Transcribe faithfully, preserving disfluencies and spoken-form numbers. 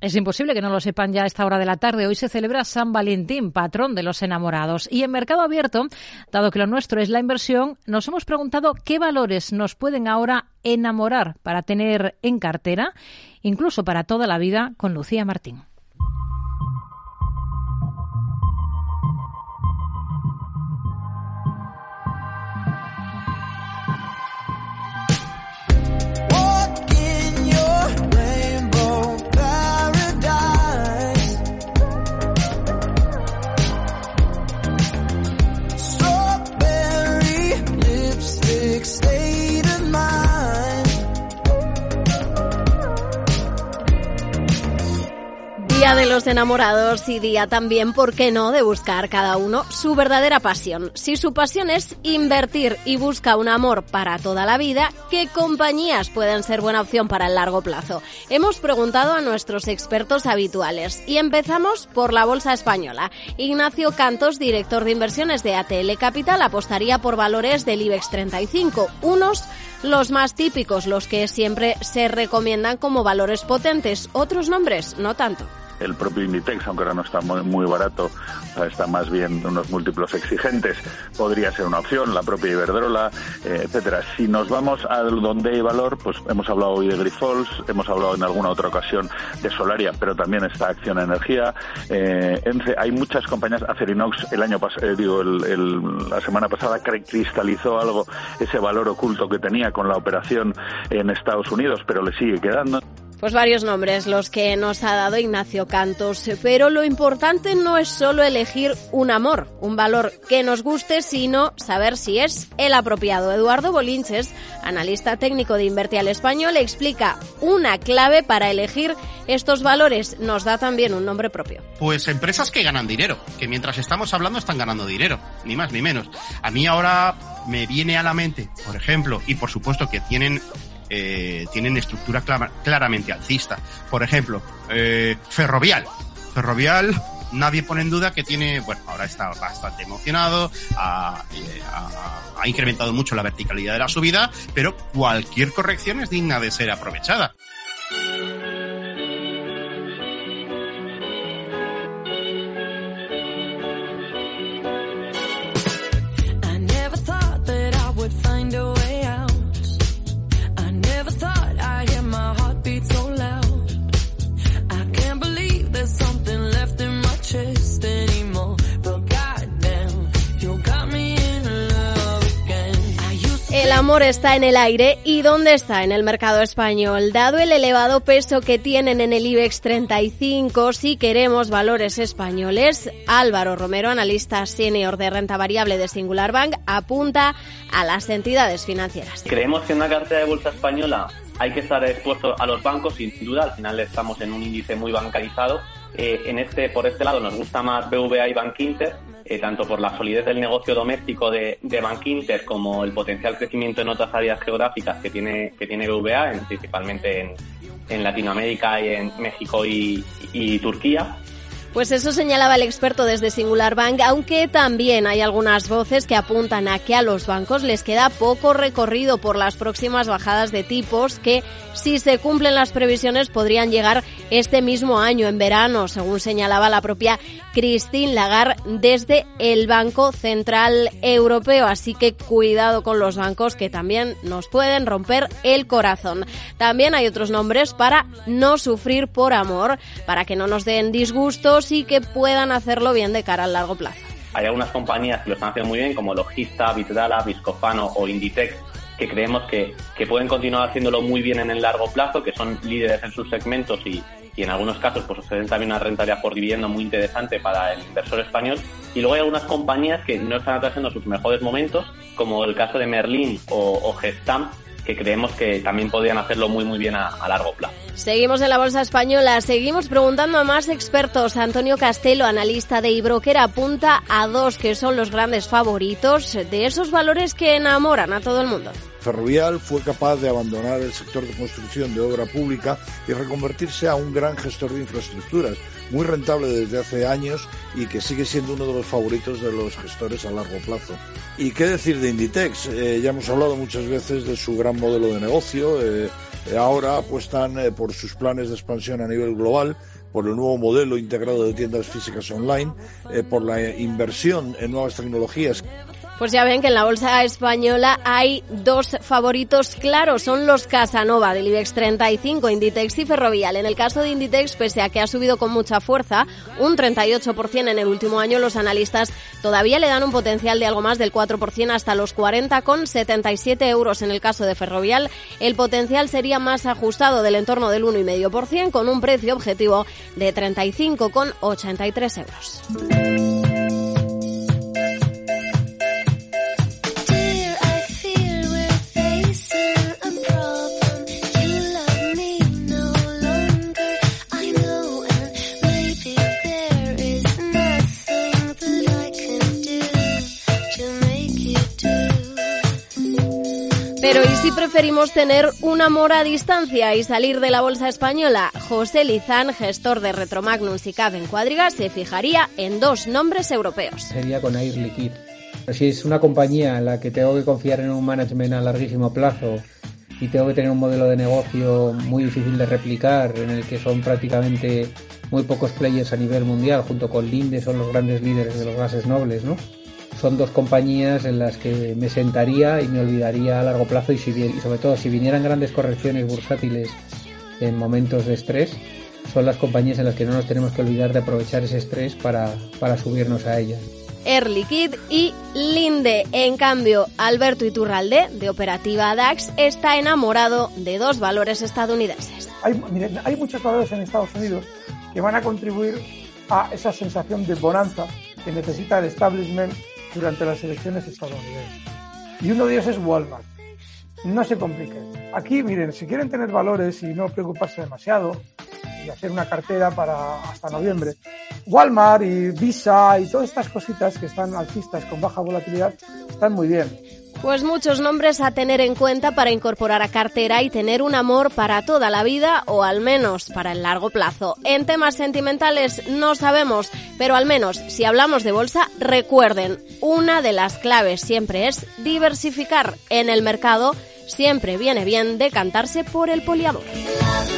Es imposible que no lo sepan ya a esta hora de la tarde. Hoy se celebra San Valentín, patrón de los enamorados. Y en Mercado Abierto, dado que lo nuestro es la inversión, nos hemos preguntado qué valores nos pueden ahora enamorar para tener en cartera, incluso para toda la vida, con Lucía Martín. Día de los enamorados y día también, ¿por qué no?, de buscar cada uno su verdadera pasión. Si su pasión es invertir y busca un amor para toda la vida, ¿qué compañías pueden ser buena opción para el largo plazo? Hemos preguntado a nuestros expertos habituales y empezamos por la Bolsa Española. Ignacio Cantos, director de inversiones de A T L Capital, apostaría por valores del IBEX treinta y cinco, unos los más típicos, los que siempre se recomiendan como valores potentes, otros nombres no tanto. El propio Inditex, aunque ahora no está muy, muy barato, está más bien unos múltiplos exigentes, podría ser una opción, la propia Iberdrola, eh, etcétera. Si nos vamos a donde hay valor, pues hemos hablado hoy de Grifols, hemos hablado en alguna otra ocasión de Solaria, pero también está Acciona Energía, eh, Ence, hay muchas compañías. Acerinox el año pasado, eh, digo, el, el, la semana pasada cristalizó algo, ese valor oculto que tenía con la operación en Estados Unidos, pero le sigue quedando. Pues varios nombres los que nos ha dado Ignacio Cantos, pero lo importante no es solo elegir un amor, un valor que nos guste, sino saber si es el apropiado. Eduardo Bolinches, analista técnico de Invertial Español, explica una clave para elegir estos valores. Nos da también un nombre propio. Pues empresas que ganan dinero, que mientras estamos hablando están ganando dinero, ni más ni menos. A mí ahora me viene a la mente, por ejemplo, y por supuesto que tienen... Eh, tienen estructura clara, claramente alcista. Por ejemplo, eh, Ferrovial. Ferrovial, nadie pone en duda que tiene, bueno, ahora está bastante emocionado, ha, eh, ha, ha incrementado mucho la verticalidad de la subida, pero cualquier corrección es digna de ser aprovechada. El amor está en el aire. ¿Y dónde está? En el mercado español. Dado el elevado peso que tienen en el IBEX treinta y cinco, si queremos valores españoles, Álvaro Romero, analista senior de renta variable de Singular Bank, apunta a las entidades financieras. Creemos que en una cartera de bolsa española hay que estar expuesto a los bancos, sin duda. Al final estamos en un índice muy bancarizado. Eh, en este, por este lado nos gusta más B V A y Bankinter, eh, tanto por la solidez del negocio doméstico de, de Bankinter como el potencial crecimiento en otras áreas geográficas que tiene, que tiene B V A, en, principalmente en, en Latinoamérica y en México y, y Turquía. Pues eso señalaba el experto desde Singular Bank, aunque también hay algunas voces que apuntan a que a los bancos les queda poco recorrido por las próximas bajadas de tipos que, si se cumplen las previsiones, podrían llegar este mismo año, en verano, según señalaba la propia Christine Lagarde desde el Banco Central Europeo. Así que cuidado con los bancos, que también nos pueden romper el corazón. También hay otros nombres para no sufrir por amor, para que no nos den disgustos y que puedan hacerlo bien de cara al largo plazo. Hay algunas compañías que lo están haciendo muy bien, como Logista, Vidrala, Viscofano o Inditex, que creemos que, que pueden continuar haciéndolo muy bien en el largo plazo, que son líderes en sus segmentos y, y en algunos casos pues ofrecen también una rentabilidad por dividendo muy interesante para el inversor español. Y luego hay algunas compañías que no están atravesando sus mejores momentos, como el caso de Merlin o, o Gestamp, que creemos que también podrían hacerlo muy muy bien a, a largo plazo. Seguimos en la Bolsa Española, seguimos preguntando a más expertos. Antonio Castelo, analista de iBroker, apunta a dos que son los grandes favoritos de esos valores que enamoran a todo el mundo. Ferrovial fue capaz de abandonar el sector de construcción de obra pública y reconvertirse a un gran gestor de infraestructuras, muy rentable desde hace años y que sigue siendo uno de los favoritos de los gestores a largo plazo. ¿Y qué decir de Inditex? Eh, ya hemos hablado muchas veces de su gran modelo de negocio. Eh, ahora apuestan eh, por sus planes de expansión a nivel global, por el nuevo modelo integrado de tiendas físicas online, eh, por la inversión en nuevas tecnologías. Pues ya ven que en la bolsa española hay dos favoritos claros, son los Casanova del IBEX treinta y cinco, Inditex y Ferrovial. En el caso de Inditex, pese a que ha subido con mucha fuerza, un treinta y ocho por ciento en el último año, los analistas todavía le dan un potencial de algo más del cuatro por ciento hasta los cuarenta con setenta y siete euros. En el caso de Ferrovial, el potencial sería más ajustado, del entorno del uno coma cinco por ciento, con un precio objetivo de treinta y cinco con ochenta y tres euros. Pero ¿y si preferimos tener un amor a distancia y salir de la bolsa española? José Lizán, gestor de Retromagnum y C A V en Cuadriga, se fijaría en dos nombres europeos. Sería con Air Liquide. Si es una compañía en la que tengo que confiar en un management a larguísimo plazo y tengo que tener un modelo de negocio muy difícil de replicar, en el que son prácticamente muy pocos players a nivel mundial, junto con Linde son los grandes líderes de los gases nobles, ¿no? Son dos compañías en las que me sentaría y me olvidaría a largo plazo, y, si, y sobre todo si vinieran grandes correcciones bursátiles en momentos de estrés, son las compañías en las que no nos tenemos que olvidar de aprovechar ese estrés para, para subirnos a ellas. Air Liquide y Linde. En cambio, Alberto Iturralde, de Operativa DAX, está enamorado de dos valores estadounidenses. Hay, miren, hay muchos valores en Estados Unidos que van a contribuir a esa sensación de bonanza que necesita el establishment durante las elecciones estadounidenses. Y uno de ellos es Walmart. No se compliquen. Aquí, miren, si quieren tener valores y no preocuparse demasiado y hacer una cartera para hasta noviembre, Walmart y Visa y todas estas cositas que están alcistas con baja volatilidad están muy bien. Pues muchos nombres a tener en cuenta para incorporar a cartera y tener un amor para toda la vida, o al menos para el largo plazo. En temas sentimentales no sabemos, pero al menos si hablamos de bolsa, recuerden, una de las claves siempre es diversificar. En el mercado siempre viene bien decantarse por el poliador.